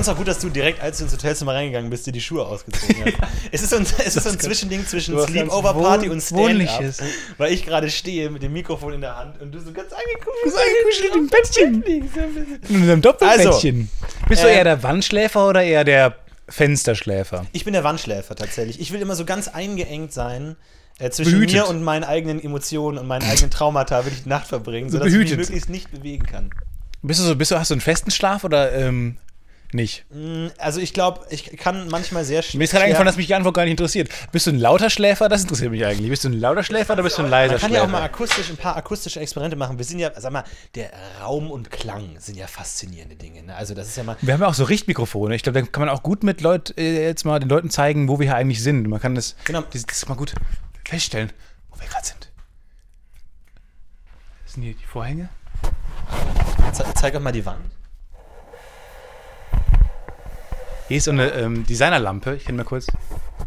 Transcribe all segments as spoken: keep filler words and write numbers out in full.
fand es auch gut, dass du direkt, als du ins Hotelzimmer reingegangen bist, dir die Schuhe ausgezogen hast. es ist so ein, es ist so ein Zwischending zwischen Sleepover-Party und Stand-Up, weil ich gerade stehe mit dem Mikrofon in der Hand und du so ganz eingekuschelt im Bettchen. In einem Doppelbettchen. Also, bist du eher der Wandschläfer oder eher der Fensterschläfer? Ich bin der Wandschläfer tatsächlich. Ich will immer so ganz eingeengt sein. Äh, zwischen Behütet. mir und meinen eigenen Emotionen und meinen eigenen Traumata will ich die Nacht verbringen, sodass Behütet. ich mich möglichst nicht bewegen kann. Bist du so, bist du, hast du einen festen Schlaf oder ähm, nicht? Also ich glaube, ich kann manchmal sehr schlecht. Mir ist gerade eingefallen, dass mich die Antwort gar nicht interessiert. Bist du ein lauter Schläfer? Das interessiert mich eigentlich. Bist du ein lauter Schläfer oder bist du ein leiser Schläfer? Man kann ja auch mal akustisch, ein paar akustische Experimente machen. Wir sind ja, sag mal, der Raum und Klang sind ja faszinierende Dinge. Ne? Also das ist ja mal. Wir haben ja auch so Richtmikrofone. Ich glaube, da kann man auch gut mit Leuten äh, jetzt mal den Leuten zeigen, wo wir hier eigentlich sind. Man kann das, genau. das, das mal gut feststellen, wo wir gerade sind. Das sind hier die Vorhänge. Ze- zeig auch mal die Wand. Hier ist so eine ähm, Designerlampe. Ich kann mal kurz.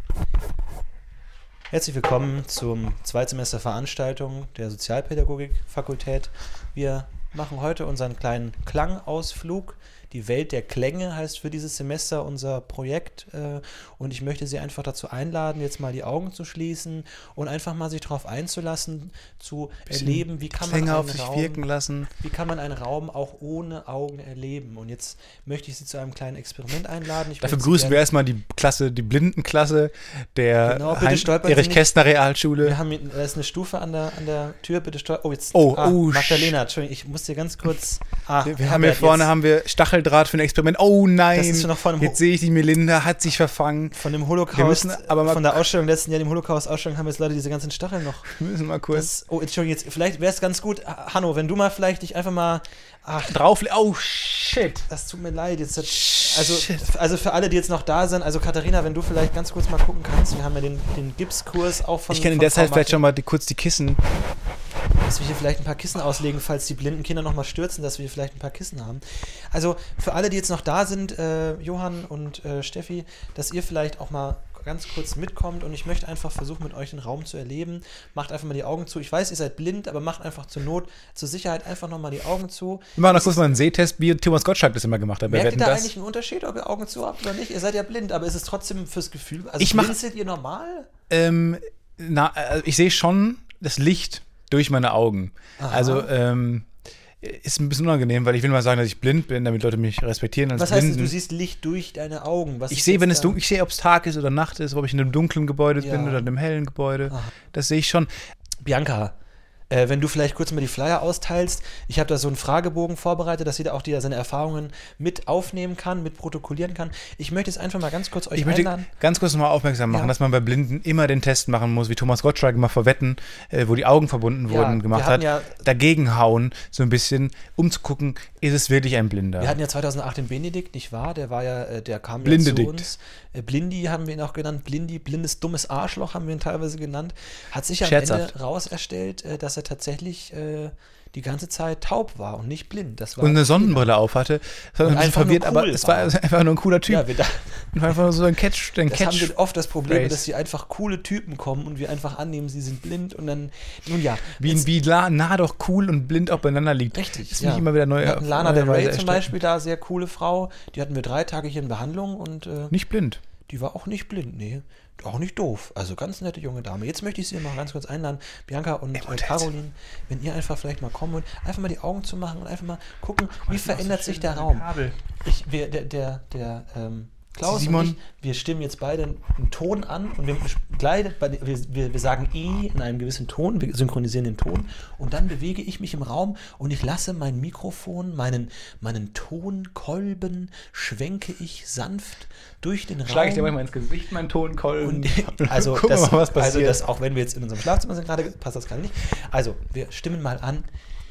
Herzlich willkommen zum Zweitsemester Veranstaltung der Sozialpädagogik-Fakultät. Wir machen heute unseren kleinen Klangausflug. Die Welt der Klänge heißt für dieses Semester unser Projekt. Und ich möchte Sie einfach dazu einladen, jetzt mal die Augen zu schließen und einfach mal sich darauf einzulassen, zu erleben, wie kann man einen auf sich Raum, wirken lassen. Wie kann man einen Raum auch ohne Augen erleben? Und jetzt möchte ich Sie zu einem kleinen Experiment einladen. Ich Dafür begrüßen wir erstmal die Klasse, die Blindenklasse der genau, Erich-Kästner-Realschule. Wir haben hier, da ist eine Stufe an der, an der Tür, bitte stolpern. Oh, jetzt. Oh, ah, oh, Magdalena, Entschuldigung, ich muss dir ganz kurz. Ah, wir wir haben hier vorne haben wir Stacheldraht für ein Experiment. Oh nein, das ist noch von jetzt sehe ich, die Melinda hat sich verfangen. Von dem Holocaust, müssen aber mal von der Ausstellung letzten Jahr, dem Holocaust-Ausstellung, haben jetzt Leute diese ganzen Stacheln noch. Wir müssen mal kurz. Das, oh, Entschuldigung, jetzt, vielleicht wäre es ganz gut, Hanno, wenn du mal vielleicht dich einfach mal ach, drauf. Oh shit. Das tut mir leid. Jetzt hat, also, also für alle, die jetzt noch da sind, also Katharina, wenn du vielleicht ganz kurz mal gucken kannst, wir haben ja den, den Gipskurs auch von. Ich kann in der Zeit vielleicht schon mal die, kurz die Kissen. Dass wir hier vielleicht ein paar Kissen auslegen, falls die blinden Kinder nochmal stürzen, dass wir hier vielleicht ein paar Kissen haben. Also für alle, die jetzt noch da sind, äh, Johann und äh, Steffi, dass ihr vielleicht auch mal ganz kurz mitkommt und ich möchte einfach versuchen, mit euch den Raum zu erleben. Macht einfach mal die Augen zu. Ich weiß, ihr seid blind, aber macht einfach zur Not, zur Sicherheit einfach nochmal die Augen zu. Wir machen noch kurz mal einen Sehtest, wie Thomas Gottschalk das immer gemacht hat. Merkt ihr da das? Eigentlich einen Unterschied, ob ihr Augen zu habt oder nicht? Ihr seid ja blind, aber ist es trotzdem fürs Gefühl? Also ich mach, blinzelt ihr normal? Ähm, na, also ich sehe schon das Licht durch meine Augen. Aha. Also, ähm, ist ein bisschen unangenehm, weil ich will mal sagen, dass ich blind bin, damit Leute mich respektieren als Was heißt Blinden. das, du siehst Licht durch deine Augen? Was ich sehe, wenn es dunkel, ich sehe, ob es Tag ist oder Nacht ist, ob ich in einem dunklen Gebäude ja. bin oder in einem hellen Gebäude. Aha. Das sehe ich schon. Bianca, äh, wenn du vielleicht kurz mal die Flyer austeilst. Ich habe da so einen Fragebogen vorbereitet, dass jeder auch die, seine Erfahrungen mit aufnehmen kann, mit protokollieren kann. Ich möchte jetzt einfach mal ganz kurz euch ich möchte einladen. ganz kurz nochmal aufmerksam machen, ja. dass man bei Blinden immer den Test machen muss, wie Thomas Gottschalk immer vor Wetten, äh, wo die Augen verbunden wurden, ja, gemacht hat. Ja, dagegen hauen, so ein bisschen, um zu gucken, ist es wirklich ein Blinder. Wir hatten ja zweitausendacht den Benedikt, nicht wahr? Der war ja, äh, der kam ja zu uns. Äh, Blindi haben wir ihn auch genannt. Blindi, blindes, dummes Arschloch haben wir ihn teilweise genannt. Hat sich am Scherzhaft. Ende raus erstellt, äh, dass er tatsächlich äh, die ganze Zeit taub war und nicht blind. Das war und eine Sonnenbrille auf hatte. Das war ein bisschen verwirrt, cool aber es war, war einfach nur ein cooler Typ. Ja, wir da, war einfach nur so ein Catch. Ein das Catch haben wir oft das Problem, Race. Dass sie einfach coole Typen kommen und wir einfach annehmen, sie sind blind und dann, nun ja. Wie, wie nah doch cool und blind auch beieinander liegt. Richtig. Das ja. ich immer wieder neu. Lana Del Rey zum Beispiel, da sehr coole Frau, die hatten wir drei Tage hier in Behandlung und äh, nicht blind. Die war auch nicht blind, nee. Auch nicht doof. Also ganz nette junge Dame. Jetzt möchte ich Sie mal ganz kurz einladen, Bianca und äh, Caroline, wenn ihr einfach vielleicht mal kommen wollt, einfach mal die Augen zu machen und einfach mal gucken, wie verändert sich der Raum. Ich, wir, der, der, der, ähm, Klaus Simon. und ich, wir stimmen jetzt beide einen Ton an und wir, gleitet bei, wir, wir, wir sagen I in einem gewissen Ton, wir synchronisieren den Ton und dann bewege ich mich im Raum und ich lasse mein Mikrofon, meinen, meinen Tonkolben, schwenke ich sanft durch den Raum. Schlage ich dir manchmal ins Gesicht, meinen Tonkolben. Und, also, Guck das, mal, was passiert. Also das, auch wenn wir jetzt in unserem Schlafzimmer sind gerade, passt das gerade nicht. Also, wir stimmen mal an.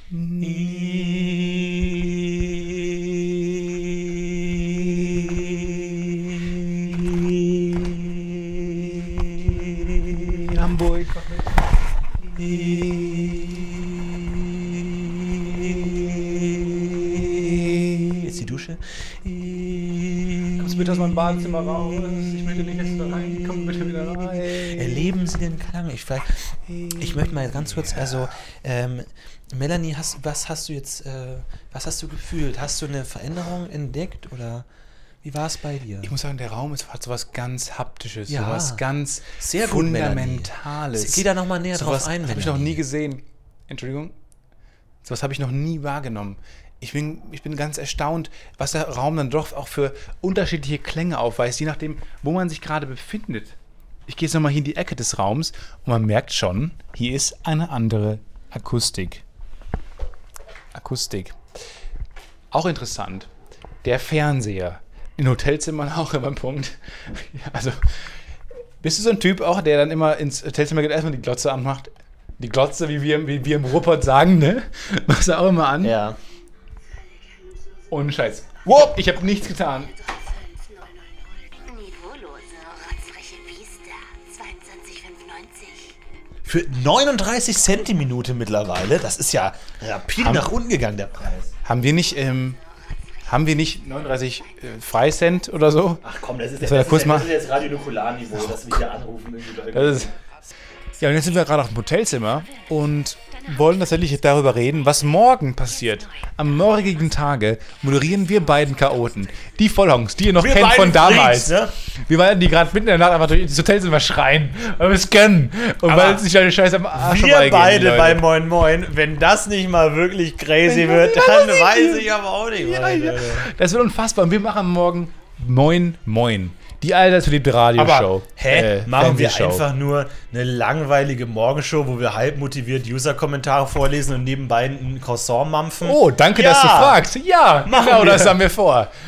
Hamburg. Jetzt die Dusche. Kommst du bitte aus meinem Badezimmer raus? Ich möchte nicht, dass du da rein. Komm bitte wieder rein. Erleben Sie den Klang? Ich, ich möchte mal ganz kurz, also ähm, Melanie, hast, was hast du jetzt, äh, was hast du gefühlt? Hast du eine Veränderung entdeckt oder Wie war es bei dir? Ich muss sagen, der Raum ist, hat so was ganz Haptisches, ja. so was ganz Sehr Fundamentales. Gut, geh da nochmal näher so drauf ein. Das habe ich noch nie gesehen. Entschuldigung. So was habe ich noch nie wahrgenommen. Ich bin, ich bin ganz erstaunt, was der Raum dann doch auch für unterschiedliche Klänge aufweist, je nachdem, wo man sich gerade befindet. Ich gehe jetzt nochmal hier in die Ecke des Raums und man merkt schon, hier ist eine andere Akustik. Akustik. Auch interessant. Der Fernseher. In Hotelzimmern auch immer ein Punkt. Also, bist du so ein Typ auch, der dann immer ins Hotelzimmer geht, erstmal die Glotze anmacht? Die Glotze, wie wir, wie wir im Ruhrpott sagen, ne? Machst du auch immer an? Ja. Ohne Scheiß. Wow, ich habe nichts getan. Für neununddreißig Cent die Minute mittlerweile, das ist ja rapide nach unten gegangen, der Preis. Haben wir nicht, ähm, haben wir nicht neununddreißig äh, Freicent oder so? Ach komm, das ist, das der, das das ist, das ist jetzt Radio Nukular-Niveau, oh, dass wir hier anrufen. Das ist, ja, und jetzt sind wir gerade auf dem Hotelzimmer und wollen tatsächlich darüber reden, was morgen passiert. Am morgigen Tage moderieren wir beiden Chaoten, die Vollhongs, die ihr noch wir kennt von damals. Freaks, ne? Wir waren die gerade mitten in der Nacht einfach durch das Hotelzimmer schreien, weil wir es können. Und weil es sich eine Scheiße am Arsch Wir beide bei Moin Moin, wenn das nicht mal wirklich crazy wird, dann weiß ich aber auch nicht. Ja, ja. Das wird unfassbar. Und wir machen morgen Moin Moin. Die altersverliebte Radioshow. Hä? Äh, Machen wir einfach nur eine langweilige Morgenshow, wo wir halb motiviert User-Kommentare vorlesen und nebenbei ein Croissant mampfen? Oh, danke, ja. dass du fragst. Ja, machen genau, wir. Das haben wir vor. Ja.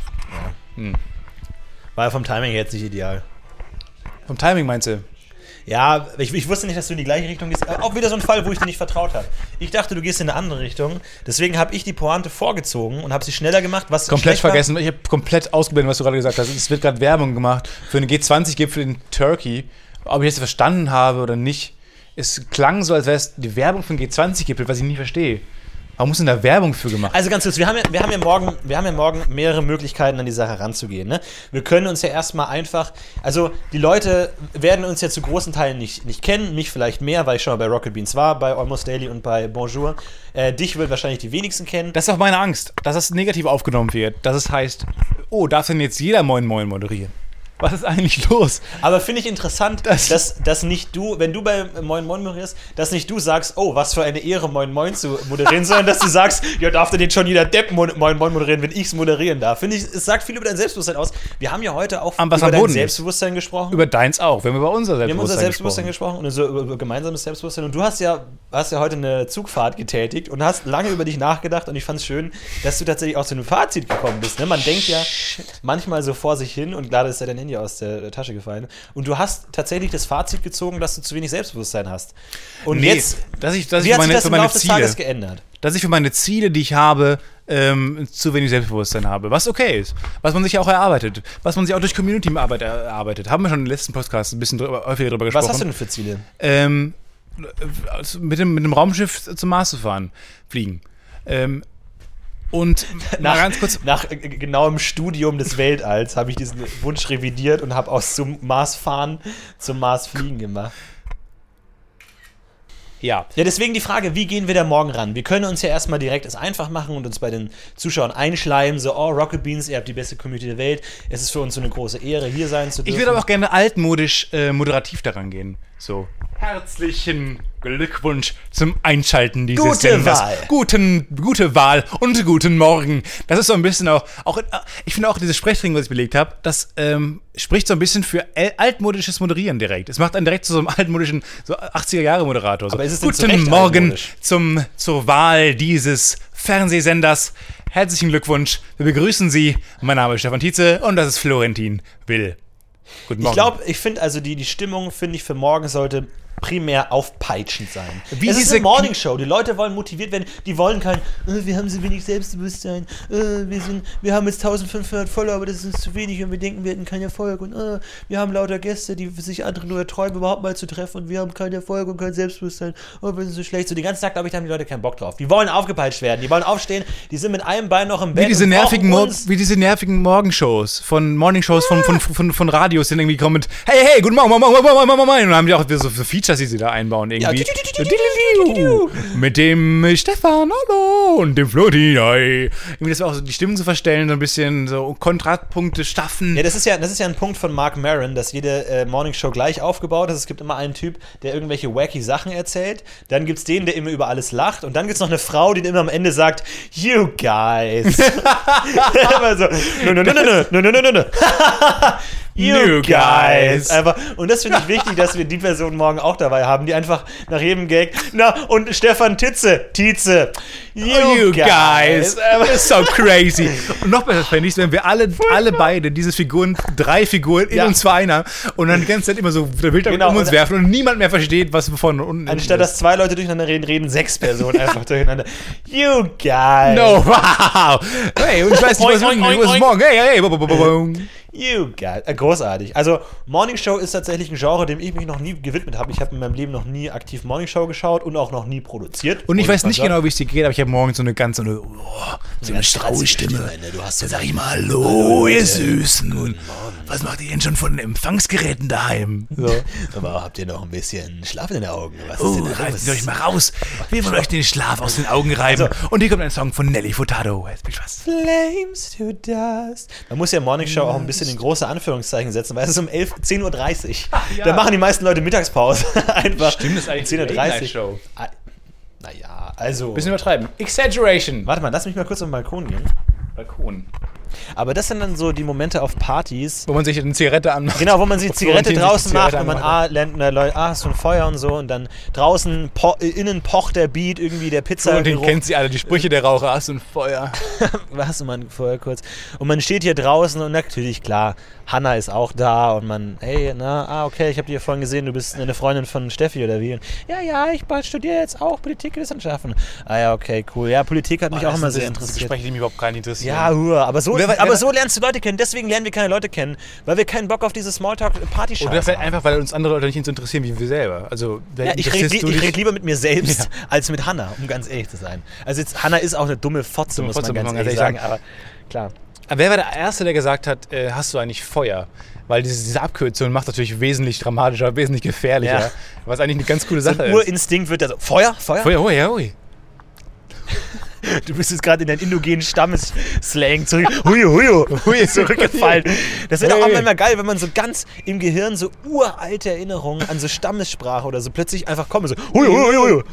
Hm. War ja vom Timing jetzt nicht ideal. Vom Timing meinst du? Ja, ich, ich wusste nicht, dass du in die gleiche Richtung gehst. Auch wieder so ein Fall, wo ich dir nicht vertraut habe. Ich dachte, du gehst in eine andere Richtung. Deswegen habe ich die Pointe vorgezogen und habe sie schneller gemacht. Was komplett vergessen. Ich habe komplett ausgeblendet, was du gerade gesagt hast. Es wird gerade Werbung gemacht für einen G zwanzig-Gipfel in Turkey. Ob ich das verstanden habe oder nicht, es klang so, als wäre es die Werbung für einen G zwanzig-Gipfel, was ich nicht verstehe. Warum muss denn da Werbung für gemacht? Also ganz kurz, wir haben ja, wir haben ja, morgen, wir haben ja morgen mehrere Möglichkeiten, an die Sache ranzugehen. Ne? Wir können uns ja erstmal einfach, also die Leute werden uns ja zu großen Teilen nicht, nicht kennen, mich vielleicht mehr, weil ich schon mal bei Rocket Beans war, bei Almost Daily und bei Bonjour. Äh, dich wird wahrscheinlich die wenigsten kennen. Das ist auch meine Angst, dass das negativ aufgenommen wird. Dass es heißt, oh, darf denn jetzt jeder Moin Moin moderieren? Was ist eigentlich los? Aber finde ich interessant, das dass, dass nicht du, wenn du bei Moin Moin moderierst, dass nicht du sagst, oh, was für eine Ehre, Moin Moin zu moderieren, sondern dass du sagst, ja, darf denn jetzt schon jeder Depp Moin Moin moderieren, wenn ich es moderieren darf. Finde ich, es sagt viel über dein Selbstbewusstsein aus. Wir haben ja heute auch über dein Selbstbewusstsein gesprochen. Über deins auch, wir haben über unser Selbstbewusstsein gesprochen. Wir haben unser Selbstbewusstsein gesprochen, gesprochen und über, über gemeinsames Selbstbewusstsein. Und du hast ja, hast ja heute eine Zugfahrt getätigt und hast lange über dich nachgedacht und ich fand es schön, dass du tatsächlich auch zu einem Fazit gekommen bist. Ne? Man denkt ja manchmal so vor sich hin und gerade ist ja dein Handy aus der, der Tasche gefallen. Und du hast tatsächlich das Fazit gezogen, dass du zu wenig Selbstbewusstsein hast. Und nee, jetzt, dass ich, dass wie ich hat meine, sich das für im meine Laufe des Ziele, Tages geändert? Dass ich für meine Ziele, die ich habe, ähm, zu wenig Selbstbewusstsein habe. Was okay ist. Was man sich auch erarbeitet. Was man sich auch durch Community-Arbeit erarbeitet. Haben wir schon im letzten Podcast ein bisschen drüber, häufiger drüber gesprochen. Was hast du denn für Ziele? Ähm, mit, dem, mit dem Raumschiff zum Mars zu fahren. Fliegen. Ähm, Und nach, ganz kurz, nach genauem Studium des Weltalls habe ich diesen Wunsch revidiert und habe aus zum Mars fahren zum Mars fliegen gemacht. Ja. Ja, deswegen die Frage, wie gehen wir da morgen ran? Wir können uns ja erstmal direkt es einfach machen und uns bei den Zuschauern einschleimen, so, oh, Rocket Beans, ihr habt die beste Community der Welt. Es ist für uns so eine große Ehre, hier sein zu dürfen. Ich würde aber auch gerne altmodisch äh, moderativ daran gehen. So. Herzlichen Glückwunsch zum Einschalten dieses gute Senders. Wahl. Guten, gute Wahl und guten Morgen. Das ist so ein bisschen auch, auch ich finde auch dieses Sprechtraining, was ich belegt habe, das ähm, spricht so ein bisschen für altmodisches Moderieren direkt. Es macht einen direkt zu so einem altmodischen, so achtziger-Jahre-Moderator. So. Aber ist es guten Morgen zum, zur Wahl dieses Fernsehsenders. Herzlichen Glückwunsch. Wir begrüßen Sie. Mein Name ist Stefan Tietze und das ist Florentin Will. Guten Morgen. Ich glaube, ich finde also die, die Stimmung, finde ich, für morgen sollte primär aufpeitschend sein. Wie es diese ist eine Morningshow. Die Leute wollen motiviert werden. Die wollen kein, äh, wir haben so wenig Selbstbewusstsein, äh, wir, sind, wir haben jetzt eintausendfünfhundert Follower, aber das ist zu wenig und wir denken, wir hätten keinen Erfolg. Und äh, wir haben lauter Gäste, die sich andere nur erträumen, überhaupt mal zu treffen und wir haben keinen Erfolg und kein Selbstbewusstsein. Oh, wir sind so schlecht. So den ganzen Tag, glaube ich, da haben die Leute keinen Bock drauf. Die wollen aufgepeitscht werden. Die wollen aufstehen. Die sind mit einem Bein noch im Bett. Wie diese nervigen, Mo- wie diese nervigen Morgenshows von Morningshows von, von, von, von, von Radios, die irgendwie kommen mit hey, hey, guten Morgen, Morgen, Morgen, Morgen, Morgen, Morgen. Und dann haben die auch so Feature das sie da einbauen irgendwie. Ja. Mit dem Stefan, hallo, und dem Flotti, hi. Irgendwie, das war auch so, die Stimmen zu verstellen, so ein bisschen so Kontrastpunkte schaffen. Ja, das ist ja, das ist ja ein Punkt von Mark Maron, dass jede äh, Morningshow gleich aufgebaut ist. Es gibt immer einen Typ, der irgendwelche wacky Sachen erzählt. Dann gibt's den, der immer über alles lacht. Und dann gibt's noch eine Frau, die immer am Ende sagt, you guys. Immer so, no, no, no, no, no, no, no, no, no. You New guys. guys. Einfach, und das finde ich wichtig, dass wir die Person morgen auch dabei haben, die einfach nach jedem Gag, na, und Stefan Titze, Tietze, you, Oh, you guys. guys. That's so crazy. Und noch besser fände ich es, wenn wir alle, alle beide diese Figuren, drei Figuren in Ja. uns zwei einer und dann die ganze Zeit immer so der Wild Genau, um uns und- werfen und niemand mehr versteht, was vorne und unten Anstatt ist. dass zwei Leute durcheinander reden, reden sechs Personen einfach durcheinander. You guys. No, wow. Hey, und ich weiß nicht, was, Oink, oink, was ist oink. morgen. Hey, hey, hey. bo- bo- bo- bo- You guys. Äh, großartig. Also, Morning Show ist tatsächlich ein Genre, dem ich mich noch nie gewidmet habe. Ich habe in meinem Leben noch nie aktiv Morning Show geschaut und auch noch nie produziert. Und ich weiß nicht was genau, wie es dir geht, aber ich habe morgen so eine ganz so eine, oh, so eine straue Stimme. Du hast so Dann sag ich mal, hallo, ihr Süßen. Was macht ihr denn schon von den Empfangsgeräten daheim? So. Aber habt ihr noch ein bisschen Schlaf in den Augen? Was ist Oh, denn da reißt los? euch mal raus. Wir wollen euch den Schlaf aus den Augen reiben. Also- Und hier kommt ein Song von Nelly Furtado. Jetzt viel Spaß. Flames to dust. Man muss ja Morning Show auch ein bisschen in große Anführungszeichen setzen, weil es ist um elf, zehn Uhr dreißig. ja. Da machen die meisten Leute Mittagspause. Einfach. Stimmt, das ist eigentlich zehn Uhr eine dreißig. Late-Night-Show. Ah, Naja, also. Bisschen übertreiben. Exaggeration. Warte mal, lass mich mal kurz auf den Balkon gehen. Balkon. Aber das sind dann so die Momente auf Partys. Wo man sich eine Zigarette anmacht. Genau, wo man sich die Zigarette Florentin sich draußen die macht Zigarette und man anmacht. ah, lernt eine Leute, ah, hast du ein Feuer und so und dann draußen po, innen pocht der Beat irgendwie der Pizza. Und den kennt sie alle, die Sprüche der Raucher, hast du ein Feuer. Was du mal vorher kurz. Und man steht hier draußen und natürlich, klar, Hanna ist auch da und man, hey, na, ah, okay, ich habe dir vorhin gesehen, du bist eine Freundin von Steffi oder wie? Und, ja, ja, ich studiere jetzt auch Politikwissenschaften. Ah ja, okay, cool. Ja, Politik hat mich auch immer sehr interessiert. Gespräche, die mich überhaupt gar nicht interessieren. Ja, hua, aber so, Wer- wer- aber wer- so lernst du Leute kennen. Deswegen lernen wir keine Leute kennen, weil wir keinen Bock auf diese Smalltalk-Party-Scheiße Oder vielleicht haben. einfach, weil uns andere Leute nicht so interessieren wie wir selber. Also, wer Ja, ich interessierst rede du dich- red lieber mit mir selbst Ja. als mit Hanna, um ganz ehrlich zu sein. Also jetzt, Hanna ist auch eine dumme Fotze, Dumme muss Fotze, man muss ganz man ehrlich ganz sagen. ehrlich Aber klar. Aber wer war der Erste, der gesagt hat, äh, hast du eigentlich Feuer? Weil diese, diese Abkürzung macht natürlich wesentlich dramatischer, wesentlich gefährlicher. Ja. Was eigentlich eine ganz coole So Sache ein ist. Urinstinkt wird da so, Feuer, Feuer? Feuer, hui, hui. Du bist jetzt gerade in deinen indogenen Stammesslang zurück, hui, hui, hui, zurückgefallen. Das wird auch Hey. immer geil, wenn man so ganz im Gehirn so uralte Erinnerungen an so Stammessprache oder so plötzlich einfach kommen, so hui, hui, hui, hui.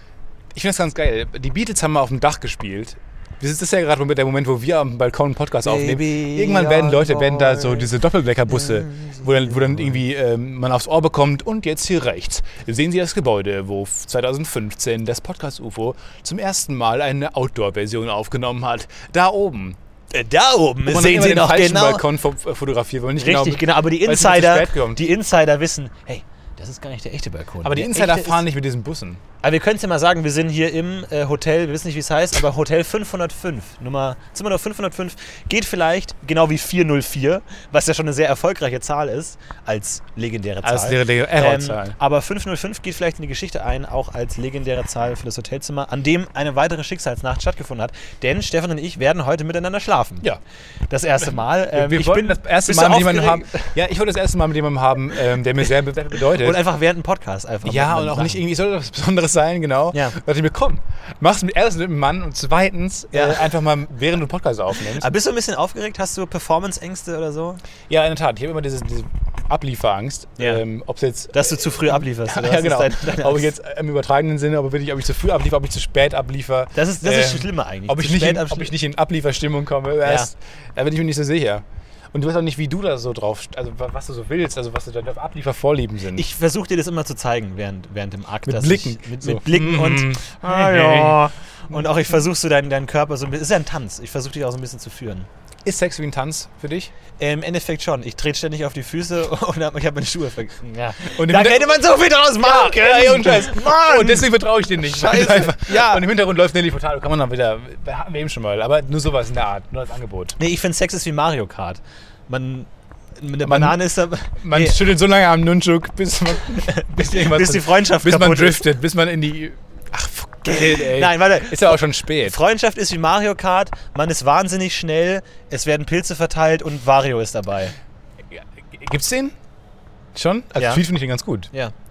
Ich finde das ganz geil. Die Beatles haben mal auf dem Dach gespielt. Das ist der gerade der Moment, wo wir am Balkon einen Podcast aufnehmen. Baby, Irgendwann werden Leute, boy. werden da so diese Doppelbleckerbusse, wo dann, wo dann irgendwie ähm, man aufs Ohr bekommt und jetzt hier rechts sehen Sie das Gebäude, wo zwanzig fünfzehn das Podcast U F O zum ersten Mal eine Outdoor-Version aufgenommen hat. Da oben. Äh, Da oben Wo man sehen immer Sie den noch falschen genau. Balkon fo- fotografiert, weil man nicht Richtig, genau, aber die weil es nicht zu Insider, spät kommt. die Insider wissen, hey, das ist gar nicht der echte Balkon. Aber die Der Insider echte fahren ist, nicht mit diesen Bussen. Aber wir können es ja mal sagen, wir sind hier im äh, Hotel, wir wissen nicht, wie es heißt, aber Hotel fünfhundertfünf, Nummer, Zimmer Nummer fünfhundertfünf, geht vielleicht genau wie vierhundertvier, was ja schon eine sehr erfolgreiche Zahl ist, als legendäre Zahl. Als legendäre Errorzahl. Ähm, aber fünfhundertfünf geht vielleicht in die Geschichte ein, auch als legendäre Zahl für das Hotelzimmer, an dem eine weitere Schicksalsnacht stattgefunden hat. Denn Stefan und ich werden heute miteinander schlafen. Ja. Das erste Mal. Ähm, wir ich wollten bin das erste bist Mal du mit jemandem haben. aufgeregt? Ja, ich wollte das erste Mal mit jemandem haben, ähm, der mir sehr be bedeutet. Und einfach während dem Podcast einfach. Ja, und miteinander auch nicht lachen. irgendwie, soll das was Besonderes sein, genau. Ja. Da dachte ich mir, komm, mach's mit erstens mit einem Mann und zweitens Ja. äh, einfach mal, während du einen Podcast aufnimmst. Aber bist du ein bisschen aufgeregt? Hast du Performance-Ängste oder so? Ja, in der Tat, ich habe immer diese, diese Ablieferangst. Ja. Ähm, ob es jetzt. Dass du zu früh ablieferst, oder? ja, was ist genau. dein- deine ob ich Angst? jetzt im übertragenen Sinne, ob, ich, ob ich zu früh abliefer, ob ich zu spät abliefer. Das ist, das ist ähm, schlimmer eigentlich. Ob ich, Zu nicht spät in, ob abschli- ich nicht in Ablieferstimmung komme, erst, da bin ich mir nicht so sicher. Und du weißt auch nicht, wie du da so drauf, also was du so willst, also was so deine Abliefervorlieben sind. Ich versuche dir das immer zu zeigen während, während dem Akt. Mit dass Blicken. Ich, mit, So. mit Blicken Mhm. und. Ah, ja. Und auch ich versuche so deinen, deinen Körper so ein bisschen. Es ist ja ein Tanz. Ich versuche dich auch so ein bisschen zu führen. Ist Sex wie ein Tanz für dich? Äh, Im Endeffekt schon. Ich trete ständig auf die Füße und hab, ich habe meine Schuhe vergessen. Ja. Und im da Hinter- hätte man so viel draus machen können. Ja, und Scheiß. Mann. Und deswegen vertraue ich dir nicht. Scheiße. Einfach. Ja. Und im Hintergrund läuft Nelly Furtado, kann man dann wieder, hatten wir eben schon mal, aber nur sowas in der Art, nur als Angebot. Nee, ich finde Sex ist wie Mario Kart. Man. Mit der Man- Banane ist da. Man Nee. schüttelt so lange am Nunchuk, bis, man, bis, irgendwas Bis die Freundschaft bis man kaputt ist. driftet, bis man in die... Ach, Geld, ey. Nein, warte. Ist ja auch schon spät. Freundschaft ist wie Mario Kart, man ist wahnsinnig schnell, es werden Pilze verteilt und Wario ist dabei. Gibt's den? Schon? Also Ja. Tweet finde ich den ganz gut. Ja.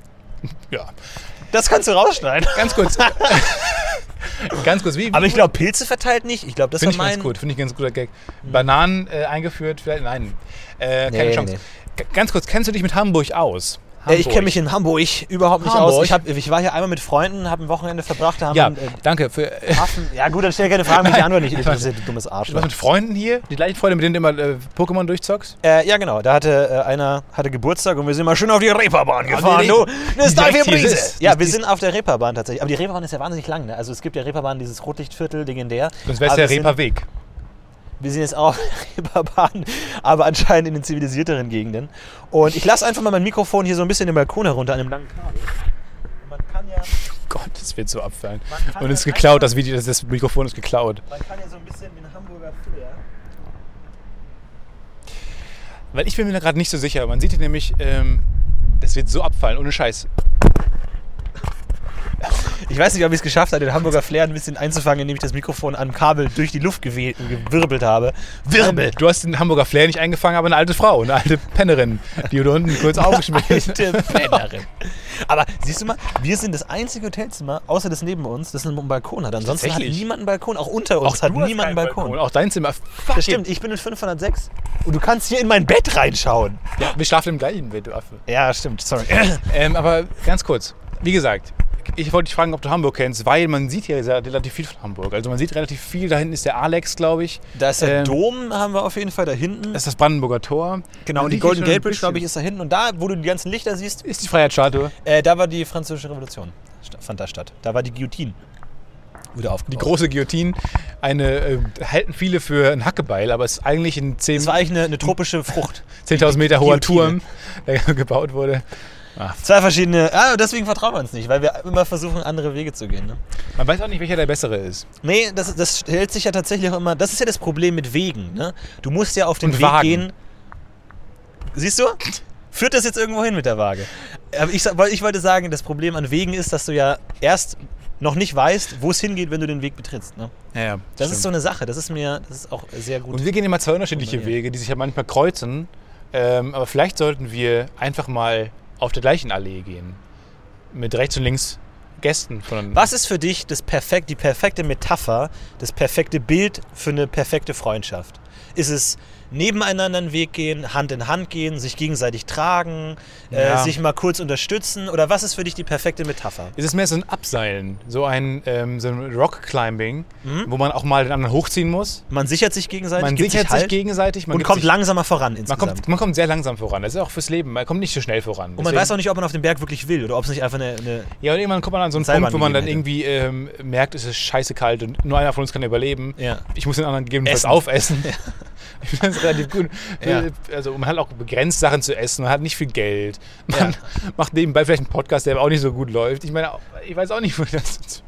Ja. Das kannst du rausschneiden. Ganz kurz. ganz kurz. Wie, Aber ich glaube, Pilze verteilt nicht. Ich glaube, das Finde war ich mein... ganz gut. Finde ich ganz guter Gag. Bananen äh, eingeführt, vielleicht? Nein. Äh, keine Nee, Chance. nee. G- Ganz kurz, kennst du dich mit Hamburg aus? Äh, Ich kenne mich in Hamburg überhaupt nicht Hamburg? aus. Ich, hab, ich war hier einmal mit Freunden, habe ein Wochenende verbracht. Da haben Ja, wir, äh, danke für... Hafen. Ja gut, dann stell keine Fragen, mich die Antwort nicht interessiert, du dummes Du warst Arschloch. mit Freunden hier? Die gleichen Freunde, mit denen du immer äh, Pokémon durchzockst? Äh, ja genau, da hatte äh, einer hatte Geburtstag und wir sind mal schön auf die Reeperbahn gefahren. die Du, Reeper- eine die steife direkt hier Brise. ist. Ja, Die- wir die- sind auf der Reeperbahn tatsächlich. Aber die Reeperbahn ist ja wahnsinnig lang. Ne? Also es gibt ja Reeperbahn, dieses Rotlichtviertel, legendär. Sonst wäre es Aber der wir sind- Reeperweg. Wir sind jetzt auch auf der Reeperbahn, aber anscheinend in den zivilisierteren Gegenden. Und ich lasse einfach mal mein Mikrofon hier so ein bisschen den Balkon herunter an einem langen Kabel. Man kann ja, Gott, das wird so abfallen. Man kann Und es ist ja geklaut, das Video, das, das Mikrofon ist geklaut. man kann ja so ein bisschen wie ein Hamburger Flair. Weil ich bin mir da gerade nicht so sicher. Man sieht hier nämlich, ähm, das wird so abfallen, ohne Scheiß. Ich weiß nicht, ob ich es geschafft habe, den Hamburger Flair ein bisschen einzufangen, indem ich das Mikrofon am Kabel durch die Luft gewe- gewirbelt habe. Wirbel! Du hast den Hamburger Flair nicht eingefangen, aber eine alte Frau, eine alte Pennerin, die da unten kurz aufgeschmissen ist. Alte Pennerin. Aber siehst du mal, wir sind das einzige Hotelzimmer, außer das neben uns, das einen Balkon hat. Ansonsten hat Tatsächlich? niemand einen Balkon. Auch unter uns hat du hast niemand einen keinen Balkon. Auch dein Zimmer. Fuck Das stimmt, ich bin in fünfhundertsechs und du kannst hier in mein Bett reinschauen. Ja, wir schlafen im gleichen Bett, du Affe. Ja, stimmt, sorry. Ähm, aber ganz kurz, wie gesagt, ich wollte dich fragen, ob du Hamburg kennst, weil man sieht hier sehr- relativ viel von Hamburg. Also man sieht relativ viel, da hinten ist der Alex, glaube ich. Da ist der Ähm, Dom, haben wir auf jeden Fall da hinten. Das ist das Brandenburger Tor. Genau, Man und die sieht hier Golden schon ein Gate Bridge, bisschen- glaube ich, ist da hinten. Und da, wo du die ganzen Lichter siehst, Ist die Freiheitsstatue. äh, da war die Französische Revolution. Sta- Fand da statt. Da war die Guillotine. Wieder aufgebaut. Die große Guillotine. Eine, äh, halten viele für ein Hackebeil, aber es ist eigentlich ein Das war zehn- eigentlich eine, eine tropische Frucht. zehntausend Meter hoher Guillotine. Turm, der gebaut wurde. Zwei verschiedene. Ah, deswegen vertrauen wir uns nicht, weil wir immer versuchen, andere Wege zu gehen. Ne? Man weiß auch nicht, welcher der bessere ist. Nee, das, das hält sich ja tatsächlich auch immer. Das ist ja das Problem mit Wegen. Ne? Du musst ja auf den Und Weg Wagen. gehen. Siehst du? Führt das jetzt irgendwo hin mit der Waage? Aber ich, sa- weil ich wollte sagen, das Problem an Wegen ist, dass du ja erst noch nicht weißt, wo es hingeht, wenn du den Weg betrittst. Ne? Ja, ja, Das ist so eine Sache. Das ist mir, das ist auch sehr gut. Und wir gehen immer zwei unterschiedliche Kombiniert. Wege, die sich ja manchmal kreuzen. Ähm, aber vielleicht sollten wir einfach mal auf der gleichen Allee gehen. Mit rechts und links Gästen von. Was ist für dich das perfekt, die perfekte Metapher, das perfekte Bild für eine perfekte Freundschaft? Ist es nebeneinander einen Weg gehen, Hand in Hand gehen, sich gegenseitig tragen, Ja. äh, sich mal kurz unterstützen? Oder was ist für dich die perfekte Metapher? Es ist mehr so ein Abseilen, so ein, ähm, so ein Rock-Climbing, wo man auch mal den anderen hochziehen muss. Man sichert sich gegenseitig, Man gibt sichert sich sich Halt gegenseitig. Man und gibt kommt sich, langsamer voran man, insgesamt. kommt, man kommt sehr langsam voran. Das ist auch fürs Leben. Man kommt nicht so schnell voran. und man weiß auch nicht, ob man auf den Berg wirklich will oder ob es nicht einfach eine... eine Ja, und irgendwann kommt man an so einen Seilbahn Punkt, wo man dann gegeben irgendwie ähm, merkt, es ist scheiße kalt und nur einer von uns kann überleben. Ja. Ich muss den anderen gegebenenfalls Essen. aufessen. Ich finde das relativ gut. Ja. Also man hat auch begrenzt Sachen zu essen, man hat nicht viel Geld. Man Ja. macht nebenbei vielleicht einen Podcast, der aber auch nicht so gut läuft. Ich meine, ich weiß auch nicht, wo das...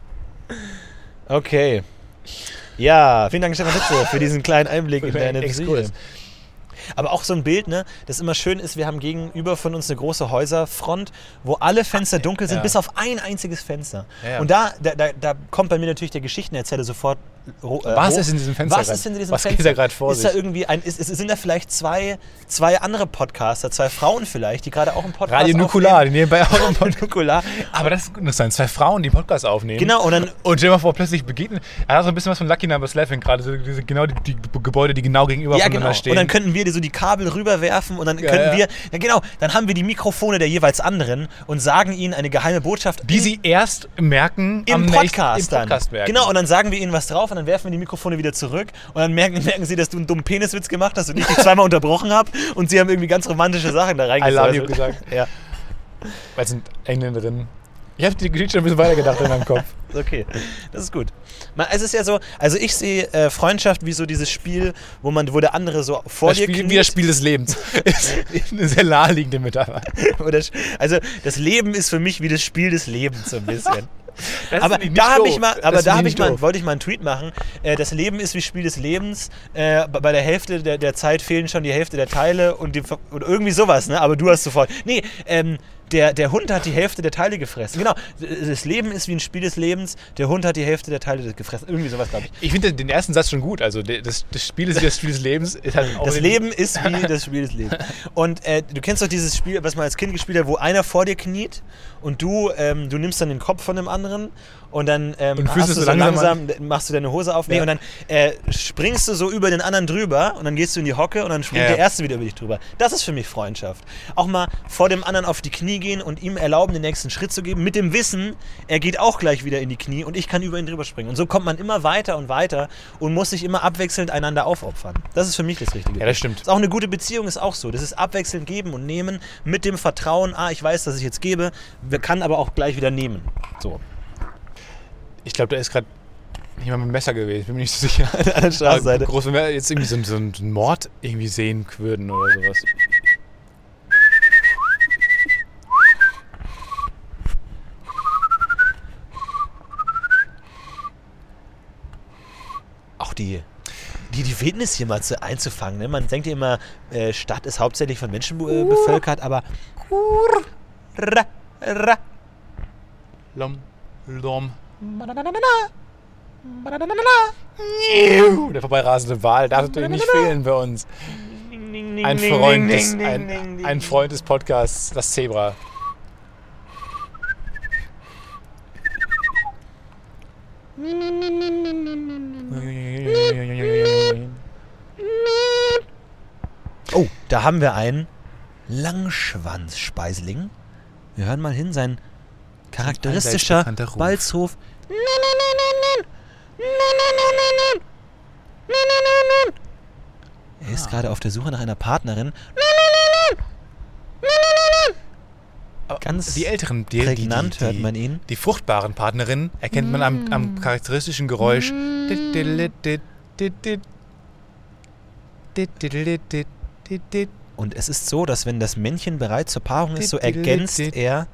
Okay. Ja, vielen Dank, Stefan Hitze, für diesen kleinen Einblick in deine Exkurs. Psyche. Aber auch so ein Bild, ne, das immer schön ist, wir haben gegenüber von uns eine große Häuserfront, wo alle Fenster dunkel sind, Ja. bis auf ein einziges Fenster. Ja, ja. Und da, da, da, da kommt bei mir natürlich der Geschichtenerzähler sofort äh, Was hoch. ist in diesem Fenster Was gerade? ist in diesem Was geht Fenster? da gerade vor ist da sich? irgendwie ein, ist, ist, sind da vielleicht zwei, zwei andere Podcaster, zwei Frauen vielleicht, die gerade auch einen Podcast Radio Nukular, die nebenbei auch aufnehmen? im Podcast. Nukular. Aber das ist gut, das sind zwei Frauen, die einen Podcast aufnehmen. Genau, und dann Und stell dir mal vor, plötzlich begegnen. Er hat so ein bisschen was von Lucky Number eleven gerade. So diese, genau die, die Gebäude, die genau gegenüber ja, voneinander genau. stehen. Und dann könnten wir dir so die Kabel rüberwerfen und dann Ja, könnten ja. wir, ja genau, dann haben wir die Mikrofone der jeweils anderen und sagen ihnen eine geheime Botschaft die in- sie erst merken im am Podcast, nächsten, im Podcast dann. merken. Genau, und dann sagen wir ihnen was drauf und dann werfen wir die Mikrofone wieder zurück und dann merken, merken sie, dass du einen dummen Peniswitz gemacht hast und ich dich zweimal unterbrochen habe und sie haben irgendwie ganz romantische Sachen da I love you reingesäuselt. gesagt. Ja, Weil es sind Engländerinnen. Ich habe die Geschichte schon ein bisschen weitergedacht in meinem Kopf. okay, das ist gut. Man, es ist ja so, also ich sehe äh, Freundschaft wie so dieses Spiel, wo man, wo der andere so vor Das dir Spiel, kniet. wie das Spiel des Lebens. Ist eine sehr naheliegende Metapher. Oder, also das Leben ist für mich wie das Spiel des Lebens so ein bisschen. Das aber finde ich nicht da habe doof. ich mal, Das aber finde da ich habe ich nicht mal, doof. wollte ich mal einen Tweet machen. Äh, das Leben ist wie Spiel des Lebens. Äh, bei der Hälfte der, der Zeit fehlen schon die Hälfte der Teile und die, oder irgendwie sowas. Ne? Aber du hast sofort. Nee, ähm, der, der Hund hat die Hälfte der Teile gefressen. Genau, das Leben ist wie ein Spiel des Lebens, der Hund hat die Hälfte der Teile gefressen. Irgendwie sowas, glaube ich. Ich finde den ersten Satz schon gut. Also das, das Spiel ist wie das Spiel des Lebens. Ist halt auch das Leben ist wie das Spiel des Lebens. Und äh, du kennst doch dieses Spiel, was man als Kind gespielt hat, wo einer vor dir kniet und du, ähm, du nimmst dann den Kopf von dem anderen und dann ähm, und hast du so so langsam, langsam machst du deine Hose auf. Nee, ja. und dann äh, springst du so über den anderen drüber und dann gehst du in die Hocke und dann springt ja, ja. der Erste wieder über dich drüber. Das ist für mich Freundschaft. Auch mal vor dem anderen auf die Knie gehen und ihm erlauben, den nächsten Schritt zu geben, mit dem Wissen, er geht auch gleich wieder in die Knie und ich kann über ihn drüber springen. Und so kommt man immer weiter und weiter und muss sich immer abwechselnd einander aufopfern. Das ist für mich das Richtige. Ja, das stimmt. Ist auch eine gute Beziehung ist auch so. Das ist abwechselnd geben und nehmen mit dem Vertrauen, ah, ich weiß, dass ich jetzt gebe, wir kann aber auch gleich wieder nehmen. So. Ich glaube, da ist gerade jemand mit dem Messer gewesen, bin mir nicht so sicher. An der anderen Straßenseite. Groß, wenn wir jetzt irgendwie so, so einen Mord irgendwie sehen würden oder sowas. Auch die, die, die Wildnis hier mal zu, einzufangen. Ne? Man denkt ja immer, äh, Stadt ist hauptsächlich von Menschen äh, bevölkert, aber ra, ra. Lom, lom. Der vorbeirasende Wal darf natürlich nicht fehlen bei uns. Ein Freund des, ein, ein Freund des Podcasts, das Zebra. Oh, da haben wir einen Langschwanzspeisling. Wir hören mal hin, sein charakteristischer Balzruf. Er ist gerade auf der Suche nach einer Partnerin. Ganz die älteren, die, prägnant die, die, hört man ihn. Die fruchtbaren Partnerinnen erkennt man am, am charakteristischen Geräusch. Und es ist so, dass wenn das Männchen bereit zur Paarung ist, so ergänzt er.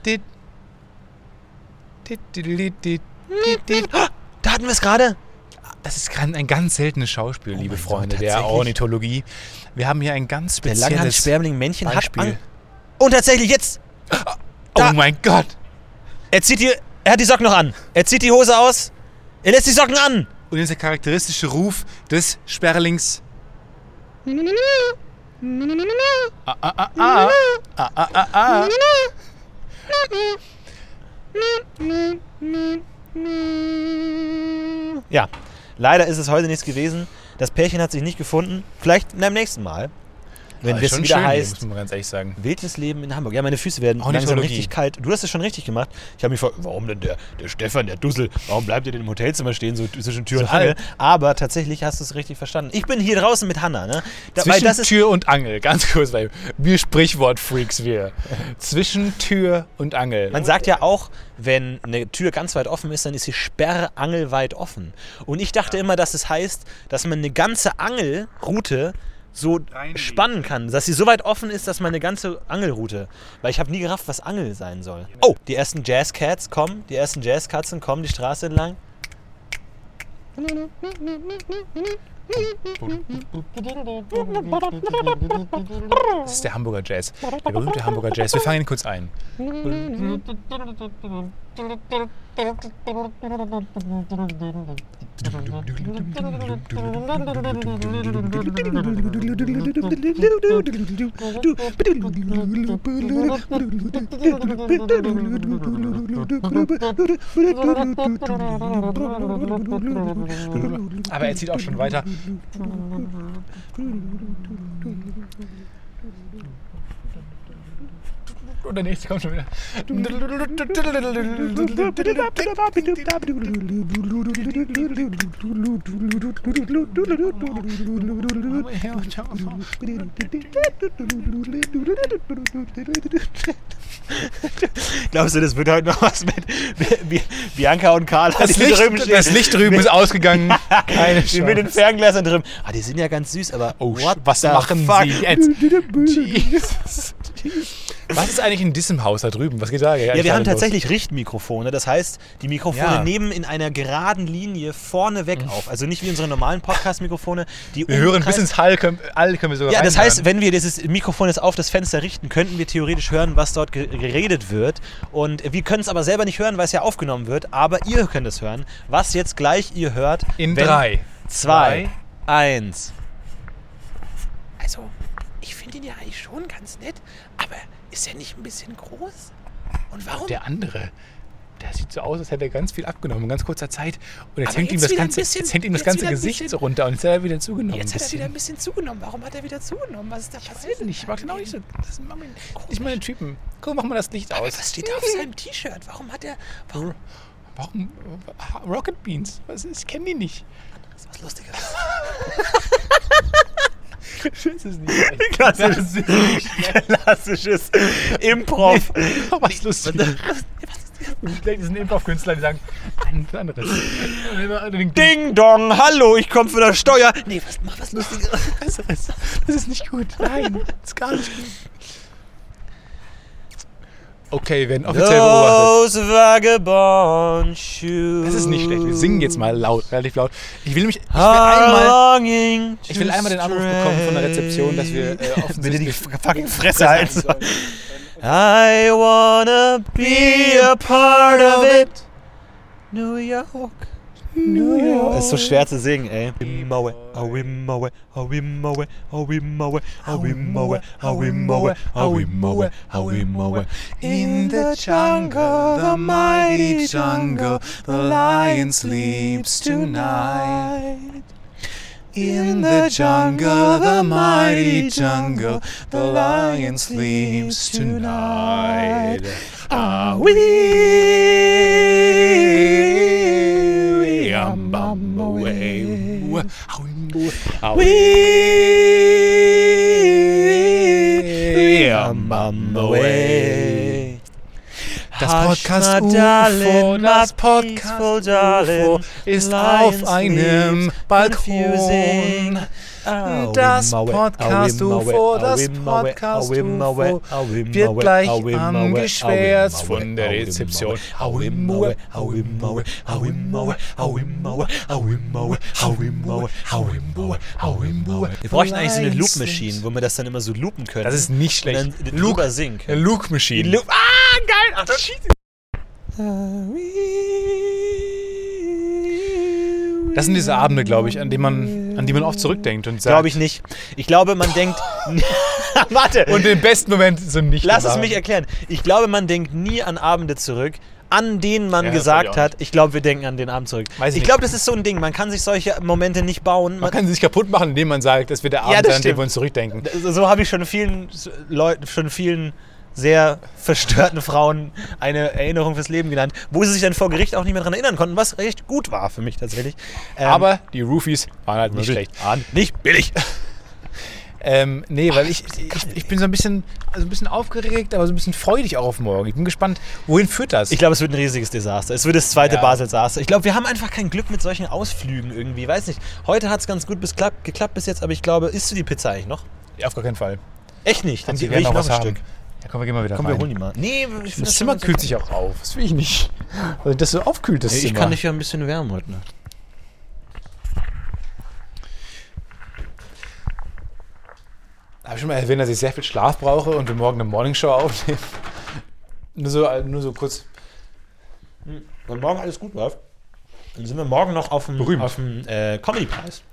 Da hatten wir es gerade. Das ist ein ganz seltenes Schauspiel, oh liebe Gott, Freunde der Ornithologie. Wir haben hier ein ganz spezielles Der Langhandspermling-Männchen hat Beispiel. Angst. Und tatsächlich jetzt. Da. Oh mein Gott. Er zieht die, er hat die Socken noch an. Er zieht die Hose aus. Er lässt die Socken an. Und jetzt der charakteristische Ruf des Sperlings. Ah, ah, ah, ah. Ah, ah, ah, ah. Ja, leider ist es heute nichts gewesen. Das Pärchen hat sich nicht gefunden. Vielleicht beim nächsten Mal. Wenn Aber das schon wieder schön, heißt, muss man ganz ehrlich sagen. wildes Leben in Hamburg. Ja, meine Füße werden Auch langsam Ornithologie. richtig kalt. Du hast es schon richtig gemacht. Ich habe mich gefragt, warum denn der, der Stefan, der Dussel, warum bleibt ihr denn im Hotelzimmer stehen, so zwischen Tür So und Angel? halb. Aber tatsächlich hast du es richtig verstanden. Ich bin hier draußen mit Hanna. Ne? Da, weil Zwischen das ist, Tür und Angel, ganz kurz, weil wir Sprichwort-Freaks wir. Zwischen Tür und Angel. man sagt ja auch, wenn eine Tür ganz weit offen ist, dann ist sie sperrangelweit offen. Und ich dachte immer, dass es heißt, dass man eine ganze Angelroute so spannen kann, dass sie so weit offen ist, dass man eine ganze Angelroute, weil ich habe nie gerafft, was Angel sein soll. Oh, die ersten Jazzcats kommen, die ersten Jazzkatzen kommen die Straße entlang. Das ist der Hamburger Jazz. Der berühmte Hamburger Jazz. Wir fangen ihn kurz ein. Aber er zieht auch schon weiter. Und der nächste kommt schon wieder. Glaubst du, das wird heute noch was mit Bianca und Carla? Das die Licht, drüben stehen? das Licht drüben ist ausgegangen. Keine Die mit den Chance. Ferngläsern drüben. Ah, die sind ja ganz süß, aber Oh, what was the machen fuck? sie jetzt? Jesus. Was ist eigentlich in diesem Haus da drüben? Was geht da? Ja, wir haben tatsächlich Richtmikrofone. Das heißt, die Mikrofone Ja. nehmen in einer geraden Linie vorne weg auf. Also nicht wie unsere normalen Podcast-Mikrofone, die Wir hören bis umkreis- ins Hall, können, all können wir sogar Ja, das reinhören. heißt, wenn wir dieses Mikrofon jetzt auf das Fenster richten, könnten wir theoretisch hören, was dort ge- geredet wird. Und wir können es aber selber nicht hören, weil es ja aufgenommen wird. Aber ihr könnt es hören, was jetzt gleich ihr hört. in wenn drei, zwei, eins. Also, ich finde ihn ja eigentlich schon ganz nett, aber ist er nicht ein bisschen groß? Und warum? Der andere, der sieht so aus, als hätte er ganz viel abgenommen in ganz kurzer Zeit. Und jetzt Aber hängt ihm jetzt das wieder ein ganze, bisschen- jetzt hängt ihm das jetzt ganze wieder ein Gesicht bisschen- so runter und jetzt hat er wieder zugenommen. Jetzt ein hat er bisschen. wieder ein bisschen zugenommen. Warum hat er wieder zugenommen? Was ist da passiert? Weiß nicht, ich mag den auch nicht so. Das ist mein- nicht meine Typen. Guck, mach mal das Licht Aber aus. was steht da auf seinem T-Shirt? Warum hat er... Warum? Warum? Rocket Beans? Was ist? Ich kenne die nicht. Das ist was Lustiges. Das ist nicht. Klassisches, klassisches Improv. Was lustig. Und gleich diesen Improv-Künstler, die sagen, ein anderes. Ding Dong, hallo, ich komme von der Steuer. Nee, was, mach was Lustiges. Das ist nicht gut. Nein, das ist gar nicht gut. Okay, wir werden offiziell beobachtet. Those vagabond shoes. Das ist nicht schlecht. Wir singen jetzt mal laut, relativ laut. Ich will mich, ich will einmal, Longing ich will einmal den Anruf bekommen von der Rezeption, dass wir äh, Bitte die offensichtlich fucking Fresse halten sollen. I wanna be a part of it. New York. New York. Es ist so schwer zu singen, ey. Wimmawe, a wimmawe, a wimmawe, a wimmawe, a wimmawe, a wimmawe, a wimmawe, a wimmawe. In the jungle, the mighty jungle, the lion sleeps tonight. In the jungle, the mighty jungle, the lion sleeps tonight. Ah, we am bum away. We am bum away. Das Podcast U F O, das Podcast U F O ist auf einem Balkon. Das Podcast U F O, das Podcast U F O wird gleich angeschwärzt von der Rezeption. Wir bräuchten eigentlich so eine Loop-Maschine, wo wir das dann immer so loopen können. Das ist nicht schlecht. Und dann Luke, drüber singen eine können. Luke-Maschine. Loop- Ah, geil! Ach, das Das sind diese Abende, glaube ich, an die man, an die man oft zurückdenkt und sagt. Glaube ich nicht. Ich glaube, man denkt... Warte! Und den besten Moment sind nicht Lass es danach. mich erklären. Ich glaube, man denkt nie an Abende zurück, an denen man Ja, das gesagt glaub ich auch hat, ich glaube, wir denken an den Abend zurück. Weiß ich ich nicht. glaube, das ist so ein Ding. Man kann sich solche Momente nicht bauen. Man kann sie sich kaputt machen, indem man sagt, das wird der Abend Ja, das sein, an den stimmt. wir uns zurückdenken. So so habe ich schon vielen Leuten, schon vielen sehr verstörten Frauen eine Erinnerung fürs Leben genannt, wo sie sich dann vor Gericht auch nicht mehr daran erinnern konnten, was recht gut war für mich tatsächlich. Ähm, Aber die Roofies waren halt nicht wirklich, schlecht. ah, nicht billig. Ähm, nee, weil ich, ich, ich bin so ein bisschen, also ein bisschen aufgeregt, aber so ein bisschen freudig auch auf morgen. Ich bin gespannt, wohin führt das? Ich glaube, es wird ein riesiges Desaster. Es wird das zweite Ja. Basel-Desaster. Ich glaube, wir haben einfach kein Glück mit solchen Ausflügen irgendwie. Weiß nicht. Heute hat es ganz gut bis klapp, geklappt bis jetzt, aber ich glaube, isst du die Pizza eigentlich noch? Ja, auf gar keinen Fall. Echt nicht? Dann Sie will werden ich noch noch was ein haben. Stück. Ja, komm, wir gehen mal wieder Komm, rein. wir holen die mal. Nee, ich find Das das Zimmer schon kühlt ganz sich auch auf. Das will ich nicht. Weil das so aufkühlt, das okay. Ich Zimmer. kann dich ja ein bisschen wärmen heute Nacht. Habe ich schon mal erwähnt, dass ich sehr viel Schlaf brauche und wir morgen eine Morningshow aufnehmen? Nur so, nur so kurz. Wenn morgen alles gut läuft, dann sind wir morgen noch auf dem, Berühmt. auf dem äh, Comedy-Preis.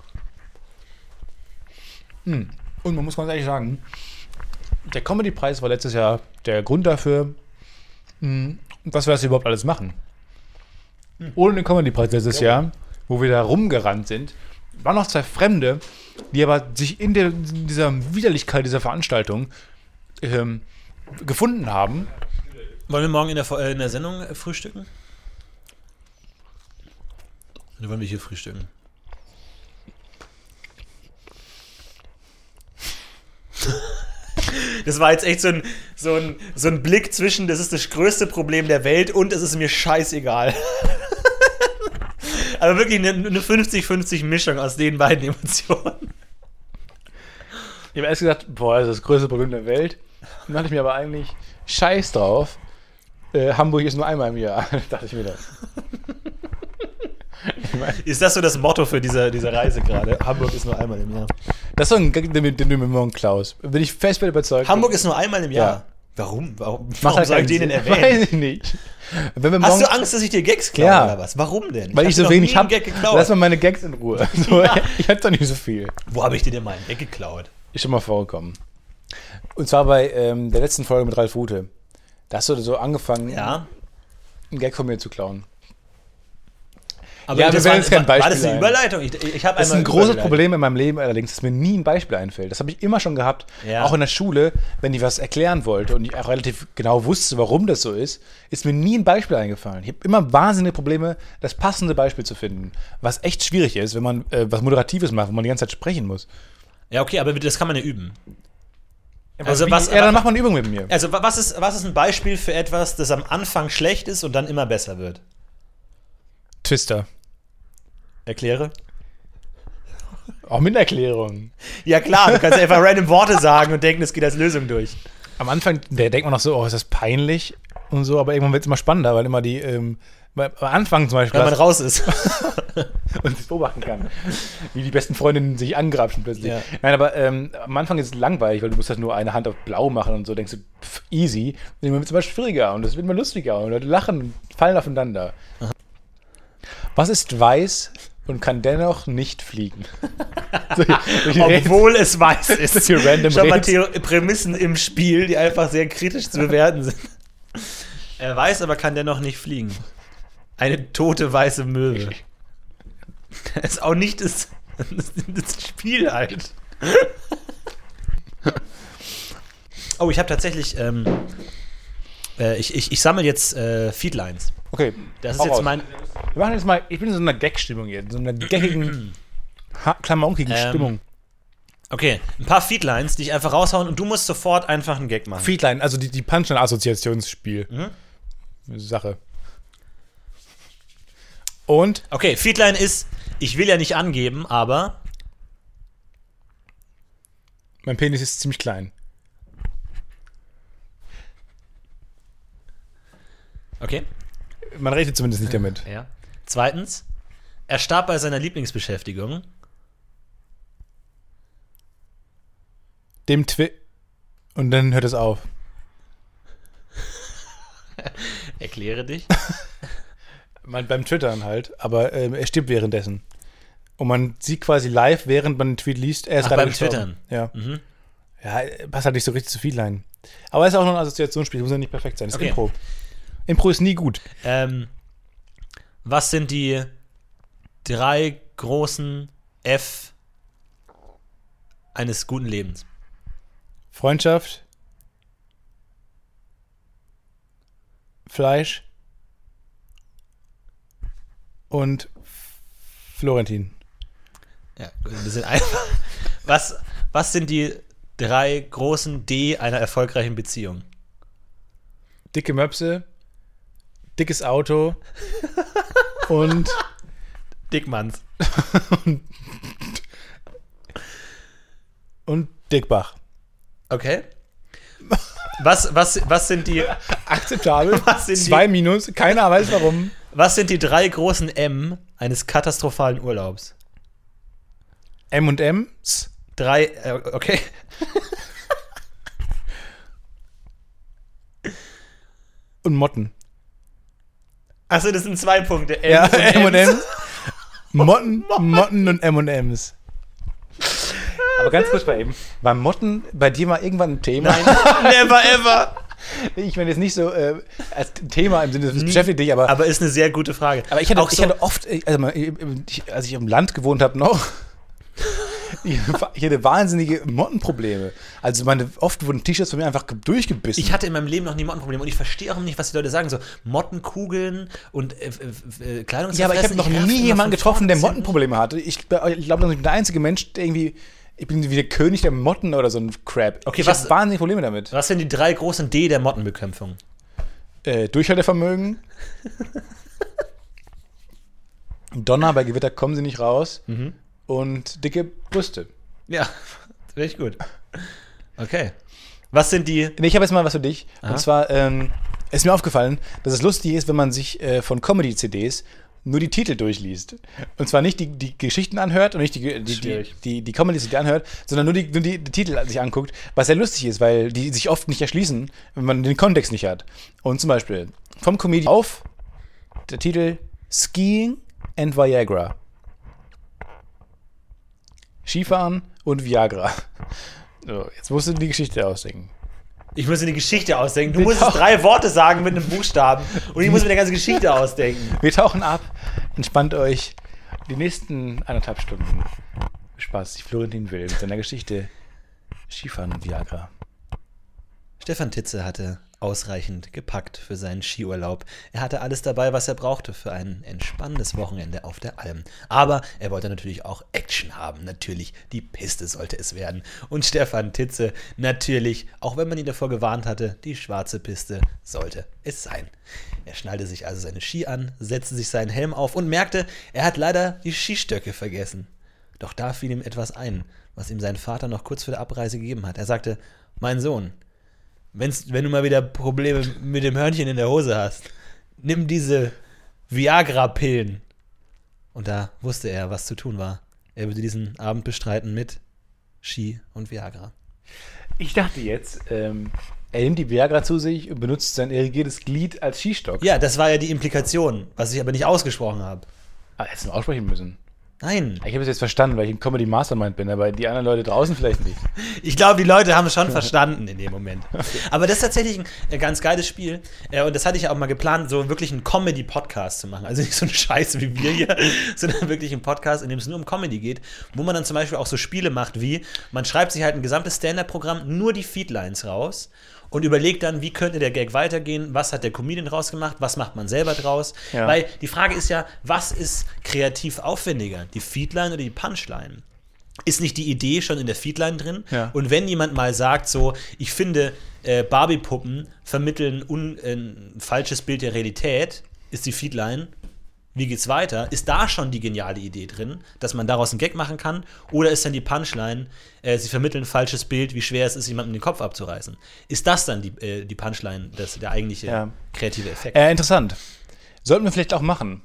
Und man muss ganz ehrlich sagen, der Comedy-Preis war letztes Jahr der Grund dafür, mh, dass wir das überhaupt alles machen. Ohne den Comedy-Preis letztes Jahr, wo wir da rumgerannt sind, waren noch zwei Fremde, die aber sich in, der, in dieser Widerlichkeit dieser Veranstaltung ähm, gefunden haben. Wollen wir morgen in der, äh, in der Sendung äh, frühstücken? Oder wollen wir hier frühstücken? Das war jetzt echt so ein, so, ein, so ein Blick zwischen, das ist das größte Problem der Welt und es ist mir scheißegal. Aber wirklich eine, eine fünfzig fünfzig Mischung aus den beiden Emotionen. Ich habe erst gesagt, boah, das ist das größte Problem der Welt. Dann dachte ich mir aber eigentlich, scheiß drauf. Äh, Hamburg ist nur einmal im Jahr, dachte ich mir das. Ich mein, ist das so das Motto für diese, diese Reise gerade? Hamburg ist nur einmal im Jahr. das ist so ein Gag, den, den du mir morgen klaust. Bin ich fest überzeugt. Hamburg ist nur einmal im Jahr? Ja. Warum? Warum, Macht warum halt soll ich keinen den denn Sinn. erwähnen? Weiß ich nicht. Wenn wir Hast morgen, du Angst, dass ich dir Gags klaue Ja. oder was? Warum denn? weil hab ich dir so noch wenig nie einen habe, Gag geklaut. lass mal meine Gags in Ruhe. So, Ja. Ich hab doch nicht so viel. Wo habe ich dir denn mal einen Gag geklaut? Ist schon mal vorgekommen. Und zwar bei ähm, der letzten Folge mit Ralf Rute. Da hast du so angefangen, Ja. einen Gag von mir zu klauen. Aber Ja, das wir war, werden jetzt kein war, war Beispiel das eine ein. Überleitung? Ich, ich habe Das ist einmal ein großes übergeleitet. Problem in meinem Leben allerdings, dass mir nie ein Beispiel einfällt. Das habe ich immer schon gehabt, Ja. auch in der Schule, wenn ich was erklären wollte und ich auch relativ genau wusste, warum das so ist, ist mir nie ein Beispiel eingefallen. Ich habe immer wahnsinnige Probleme, das passende Beispiel zu finden, was echt schwierig ist, wenn man äh, was Moderatives macht, wo man die ganze Zeit sprechen muss. Ja, okay, aber das kann man ja üben. Aber Also wie, was- ja, dann aber- macht man eine Übung mit mir. Also, wa- was ist, was ist ein Beispiel für etwas, das am Anfang schlecht ist und dann immer besser wird? Twister. Erkläre. Auch mit Erklärung. Ja, klar, du kannst einfach random Worte sagen und denken, es geht als Lösung durch. Am Anfang, der denkt man noch so, oh, ist das peinlich und so, aber irgendwann wird es immer spannender, weil immer die, ähm, weil am Anfang zum Beispiel Wenn man raus ist. und sich beobachten kann, wie die besten Freundinnen sich angrapschen plötzlich. Ja. Nein, aber ähm, am Anfang ist es langweilig, weil du musst halt nur eine Hand auf blau machen und so, denkst du, pff, easy. Und dann wird es immer schwieriger und es wird immer lustiger und Leute lachen und fallen aufeinander. Aha. Was ist weiß und kann dennoch nicht fliegen? So, Obwohl es weiß ist. solche random Schon mal Rätsel. Theo- Prämissen im Spiel, die einfach sehr kritisch zu bewerten sind. Er weiß, aber kann dennoch nicht fliegen. Eine tote weiße Möwe. Das ist auch nicht das, das Spiel halt. Oh, ich habe tatsächlich, ähm, äh, ich, ich, ich sammle jetzt äh, Feedlines. Okay, Das ist hau jetzt raus. mein, Wir machen jetzt mal, ich bin in so einer Gag-Stimmung jetzt, in so einer gaggigen, ha- klamaukigen Ähm, Stimmung. okay, ein paar Feedlines, die ich einfach raushauen und du musst sofort einfach einen Gag machen. Feedline, also die, die Punchline-Assoziationsspiel. Mhm. Sache. Und Okay, Feedline ist, ich will ja nicht angeben, aber mein Penis ist ziemlich klein. okay. Man rechnet zumindest nicht damit. Ja. Zweitens, er starb bei seiner Lieblingsbeschäftigung. Dem Twi... Und dann hört es auf. Erkläre dich. Man, beim Twittern halt, aber ähm, er stirbt währenddessen. Und man sieht quasi live, während man den Tweet liest, er ist Ach, gerade beim gestorben. Ja. Mhm. Ja, passt halt nicht so richtig zu Feedline. Aber es ist auch noch ein Assoziationsspiel, muss ja nicht perfekt sein. Das ist Okay. Impro. Impro ist nie gut. Ähm, was sind die drei großen F eines guten Lebens? Freundschaft, Fleisch und Florentin. Ja, ein bisschen einfach. Was, was sind die drei großen D einer erfolgreichen Beziehung? Dicke Möpse, dickes Auto und Dickmanns. und Dickbach. Okay. Was, was, was sind die Akzeptabel. Was sind die- Zwei Minus. Keiner weiß warum. Was sind die drei großen M eines katastrophalen Urlaubs? M und M's. Drei, äh, okay. Und Motten. Achso, das sind zwei Punkte. M Ja, und M und M's. M's. Motten, Motten und M und M's. Aber ganz kurz bei eben. War Motten bei dir mal irgendwann ein Thema? Nein, never ever. Ich meine jetzt nicht so äh, als Thema im Sinne, das Nie. beschäftigt dich, aber, aber, Aber ist eine sehr gute Frage. ich, hatte, Auch ich so, hatte oft, äh, also mal, ich, als ich im Land gewohnt habe noch, ich hatte wahnsinnige Mottenprobleme. Also meine, oft wurden T-Shirts von mir einfach durchgebissen. ich hatte in meinem Leben noch nie Mottenprobleme und ich verstehe auch nicht, was die Leute sagen. So Mottenkugeln und äh, äh, äh, Kleidung. ja, aber ich habe noch nie jemanden getroffen, der Mottenprobleme hatte. Ich, ich glaube, ich bin der einzige Mensch, der irgendwie, ich bin wie der König der Motten oder so ein Crap. Okay, ich was- habe wahnsinnige Probleme damit. Was sind die drei großen D der Mottenbekämpfung? Äh, Durchhaltevermögen. Donner, bei Gewitter kommen sie nicht raus. Mhm. Und dicke Brüste. Ja, finde ich gut. Okay. Was sind die? Nee, ich habe jetzt mal was für dich. Aha. Und zwar ähm, ist mir aufgefallen, dass es lustig ist, wenn man sich äh, von Comedy-C Ds nur die Titel durchliest. Und zwar nicht die, die Geschichten anhört und nicht die, die, die, die, die Comedy-C D anhört, sondern nur, die, nur die, die Titel sich anguckt, was sehr lustig ist, weil die sich oft nicht erschließen, wenn man den Kontext nicht hat. Und zum Beispiel vom Comedian auf der Titel Skiing and Viagra. Skifahren und Viagra. So, jetzt musst du die Geschichte ausdenken. Ich muss mir die Geschichte ausdenken. Du Wir musst tauchen- drei Worte sagen mit einem Buchstaben. Und ich muss mir die ganze Geschichte ausdenken. Wir tauchen ab. Entspannt euch. Die nächsten anderthalb Stunden bespaßt sich Florentin Will mit seiner Geschichte Skifahren und Viagra. Stefan Titze hatte ausreichend gepackt für seinen Skiurlaub. Er hatte alles dabei, was er brauchte für ein entspannendes Wochenende auf der Alm. Aber er wollte natürlich auch Action haben. Natürlich, die Piste sollte es werden. Und Stefan Titze, natürlich, auch wenn man ihn davor gewarnt hatte, die schwarze Piste sollte es sein. Er schnallte sich also seine Ski an, setzte sich seinen Helm auf und merkte, er hat leider die Skistöcke vergessen. Doch da fiel ihm etwas ein, was ihm sein Vater noch kurz vor der Abreise gegeben hat. Er sagte, mein Sohn, Wenn's, wenn du mal wieder Probleme mit dem Hörnchen in der Hose hast, nimm diese Viagra-Pillen. Und da wusste er, was zu tun war. Er würde diesen Abend bestreiten mit Ski und Viagra. Ich dachte jetzt, ähm, er nimmt die Viagra zu sich und benutzt sein erigiertes Glied als Skistock. Ja, das war ja die Implikation, was ich aber nicht ausgesprochen habe. Ah, hättest du noch aussprechen müssen. Nein. Ich habe es jetzt verstanden, weil ich im Comedy Mastermind bin, aber die anderen Leute draußen vielleicht nicht. Ich glaube, die Leute haben es schon verstanden in dem Moment. Aber das ist tatsächlich ein äh, ganz geiles Spiel. Äh, und das hatte ich ja auch mal geplant, so wirklich einen Comedy-Podcast zu machen. Also nicht so eine Scheiße wie wir hier, sondern wirklich einen Podcast, in dem es nur um Comedy geht, wo man dann zum Beispiel auch so Spiele macht wie, man schreibt sich halt ein gesamtes Stand-Up-Programm, nur die Feedlines raus und überlegt dann, wie könnte der Gag weitergehen, was hat der Comedian rausgemacht, was macht man selber draus. Ja. Weil die Frage ist ja, was ist kreativ aufwendiger, die Feedline oder die Punchline? Ist nicht die Idee schon in der Feedline drin? Ja. Und wenn jemand mal sagt, so, ich finde, äh, Barbie-Puppen vermitteln un, äh, ein falsches Bild der Realität, ist die Feedline, wie geht's weiter? Ist da schon die geniale Idee drin, dass man daraus einen Gag machen kann? Oder ist dann die Punchline, äh, sie vermitteln ein falsches Bild, wie schwer es ist, jemandem den Kopf abzureißen? Ist das dann die, äh, die Punchline, das, der eigentliche Ja. kreative Effekt? Äh, interessant. Sollten wir vielleicht auch machen.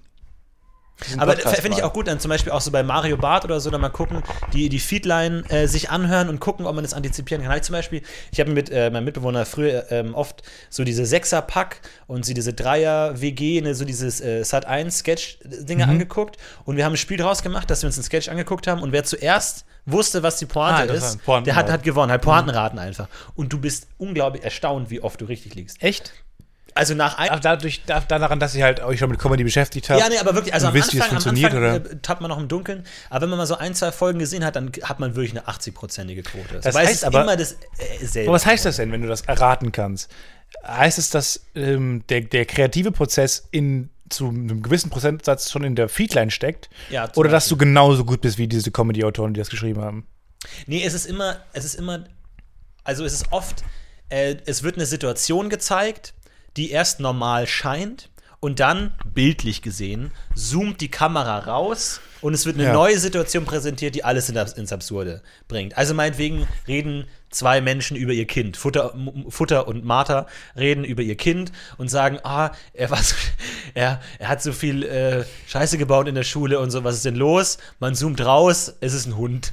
Diesen Aber Podcast fände ich mal. auch gut, dann zum Beispiel auch so bei Mario Barth oder so, dann mal gucken, die, die Feedline äh, sich anhören und gucken, ob man das antizipieren kann. Hab ich zum Beispiel, ich habe mit äh, meinem Mitbewohner früher ähm, oft so diese Sechser-Pack und so diese Dreier-W G, ne, so dieses äh, Sat eins Sketch-Dinge Mhm. angeguckt und wir haben ein Spiel draus gemacht, dass wir uns einen Sketch angeguckt haben und wer zuerst wusste, was die Pointe Ah, das ist, war Pointen- der hat, hat gewonnen, halt Pointenraten einfach. Und du bist unglaublich erstaunt, wie oft du richtig liegst. Echt? Also nach ein Ach, dadurch, da, daran, dass ich halt euch schon mit Comedy beschäftigt habe. Ja, nee, aber wirklich, also Und am wisst, wie es Anfang, am funktioniert, Anfang oder? äh, tappt man noch im Dunkeln, aber wenn man mal so ein, zwei Folgen gesehen hat, dann hat man wirklich eine achtzig-prozentige Quote. Das Weil es heißt ist aber- immer das äh, selbe. Aber was heißt das denn, wenn du das erraten kannst? Heißt es, dass ähm, der, der kreative Prozess in, zu einem gewissen Prozentsatz schon in der Feedline steckt? Ja, zum Oder dass du Beispiel. genauso gut bist wie diese Comedy-Autoren, die das geschrieben haben? Nee, es ist immer, es ist immer, also es ist oft, äh, es wird eine Situation gezeigt, die erst normal scheint und dann, bildlich gesehen, zoomt die Kamera raus und es wird eine Ja. neue Situation präsentiert, die alles in das, ins Absurde bringt. Also meinetwegen reden zwei Menschen über ihr Kind. Futter, M- Futter und Martha reden über ihr Kind und sagen, ah, er, war so, er, er hat so viel äh, Scheiße gebaut in der Schule und so, was ist denn los? Man zoomt raus, es ist ein Hund.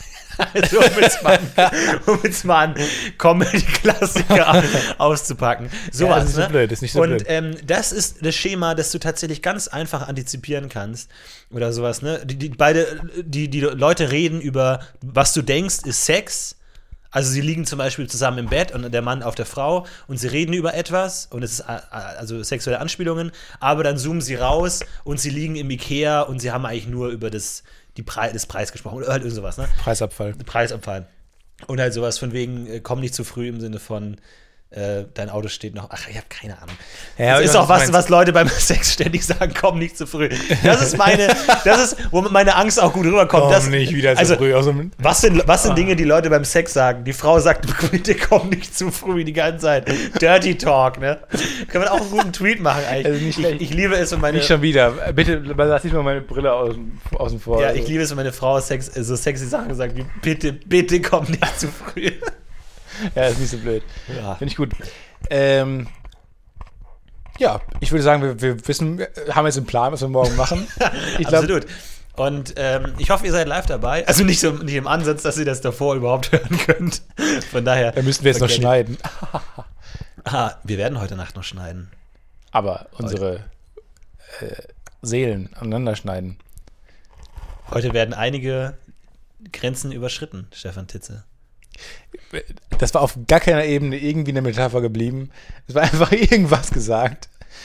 Also, um jetzt mal, um jetzt mal einen Comedy-Klassiker auszupacken. So Ja, was, das ist nicht so ne? blöd, das ist nicht so Und blöd. ähm, das ist das Schema, das du tatsächlich ganz einfach antizipieren kannst. Oder sowas, ne? Die, die, beide, die, die Leute reden über, was du denkst, ist Sex. Also sie liegen zum Beispiel zusammen im Bett und der Mann auf der Frau und sie reden über etwas und es ist äh, also sexuelle Anspielungen, aber dann zoomen sie raus und sie liegen im Ikea und sie haben eigentlich nur über das, die Pre- das Preis gesprochen oder halt irgend sowas, ne? Preisabfall. Preisabfall. Und halt sowas von wegen, äh, komm nicht zu früh im Sinne von, äh, dein Auto steht noch. Ach, ich habe keine Ahnung. Ja, das ich ist weiß, auch was was, du was Leute beim Sex ständig sagen, komm nicht zu früh. Das ist meine, das ist, womit meine Angst auch gut rüberkommt. Komm das, nicht wieder also, so früh aus dem... Was sind, was sind Ah. Dinge, die Leute beim Sex sagen? Die Frau sagt, bitte komm nicht zu früh die ganze Zeit. Dirty Talk, ne? Können wir auch einen guten Tweet machen eigentlich. Also nicht schlecht. ich, ich liebe es, wenn meine... Nicht schon wieder. Bitte, lass nicht mal meine Brille außen, außen vor. Ja, Also. ich liebe es, wenn meine Frau Sex, so sexy Sachen sagt wie, bitte, bitte komm nicht zu früh. Ja, ist nicht so blöd. Ja. Finde ich gut. Ähm, ja, ich würde sagen, wir, wir wissen, wir haben jetzt einen Plan, was wir morgen machen. Ich glaub, Absolut. Und ähm, ich hoffe, ihr seid live dabei. Also nicht, so, nicht im Ansatz, dass ihr das davor überhaupt hören könnt. Von daher. Da müssten wir jetzt noch schneiden. Ah, wir werden heute Nacht noch schneiden. Aber unsere äh, Seelen aneinander schneiden. Heute werden einige Grenzen überschritten, Stefan Titze. Das war auf gar keiner Ebene irgendwie eine Metapher geblieben. Es war einfach irgendwas gesagt.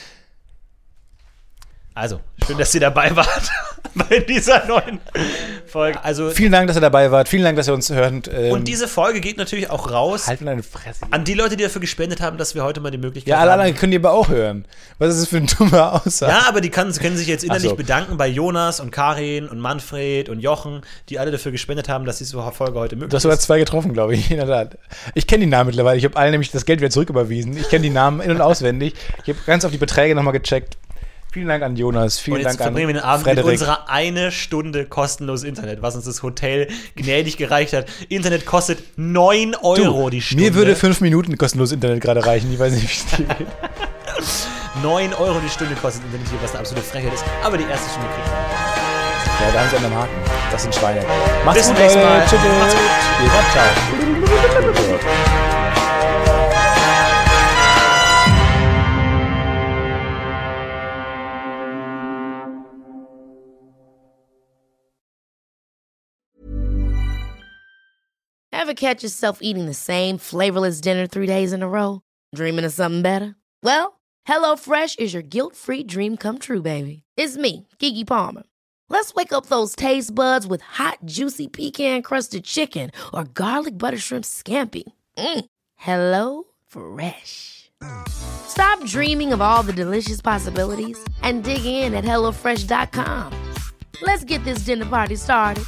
Also, schön, dass ihr dabei wart bei dieser neuen Folge. Also, Vielen Dank, dass ihr dabei wart. Vielen Dank, dass ihr uns hört. Ähm, und diese Folge geht natürlich auch raus halt deine Fresse. an die Leute, die dafür gespendet haben, dass wir heute mal die Möglichkeit Ja, alle haben. anderen können die aber auch hören. Was ist das für eine dumme Aussage? Ja, aber die kann, können sich jetzt innerlich so. bedanken bei Jonas und Karin und Manfred und Jochen, die alle dafür gespendet haben, dass diese Folge heute möglich Du hast sogar ist. zwei getroffen, glaube ich. In der Tat. Ich kenne die Namen mittlerweile. Ich habe allen nämlich das Geld wieder zurücküberwiesen. Ich kenne die Namen in- und auswendig. Ich habe ganz auf die Beträge nochmal gecheckt. Vielen Dank an Jonas. Vielen Und jetzt Dank an verbringen wir den Abend Frederik. mit unserer eine Stunde kostenloses Internet, was uns das Hotel gnädig gereicht hat. Internet kostet neun Euro Du, die Stunde. Mir würde fünf Minuten kostenloses Internet gerade reichen. Ich weiß nicht, wie es dir geht. neun Euro die Stunde kostet Internet hier, was eine absolute Frechheit ist. Aber die erste Stunde kriegt man. Ja, da haben sie einen am Haken. Das sind Schweine. Macht's Bis gut, nächstes Leute. Mal. Tschüss. Macht's gut. Ja, ciao. Ever catch yourself eating the same flavorless dinner three days in a row? Dreaming of something better? Well, HelloFresh is your guilt-free dream come true, baby. It's me, Keke Palmer. Let's wake up those taste buds with hot, juicy pecan-crusted chicken or garlic butter shrimp scampi. Mm. Hello Fresh. Stop dreaming of all the delicious possibilities and dig in at hello fresh dot com. Let's get this dinner party started.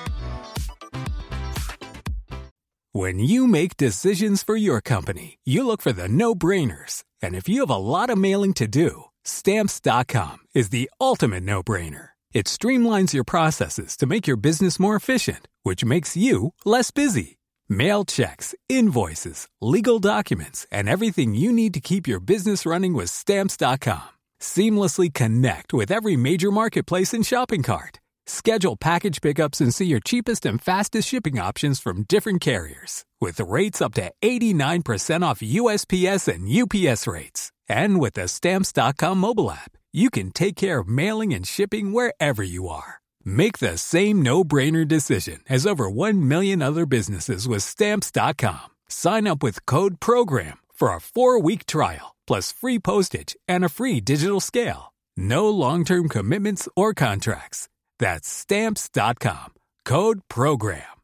When you make decisions for your company, you look for the no-brainers. And if you have a lot of mailing to do, Stamps dot com is the ultimate no-brainer. It streamlines your processes to make your business more efficient, which makes you less busy. Mail checks, invoices, legal documents, and everything you need to keep your business running with Stamps dot com. Seamlessly connect with every major marketplace and shopping cart. Schedule package pickups and see your cheapest and fastest shipping options from different carriers. With rates up to eighty-nine percent off U S P S and U P S rates. And with the Stamps dot com mobile app, you can take care of mailing and shipping wherever you are. Make the same no-brainer decision as over one million other businesses with Stamps dot com. Sign up with code PROGRAM for a four-week trial, plus free postage and a free digital scale. No long-term commitments or contracts. That's Stamps dot com. Code PROGRAM.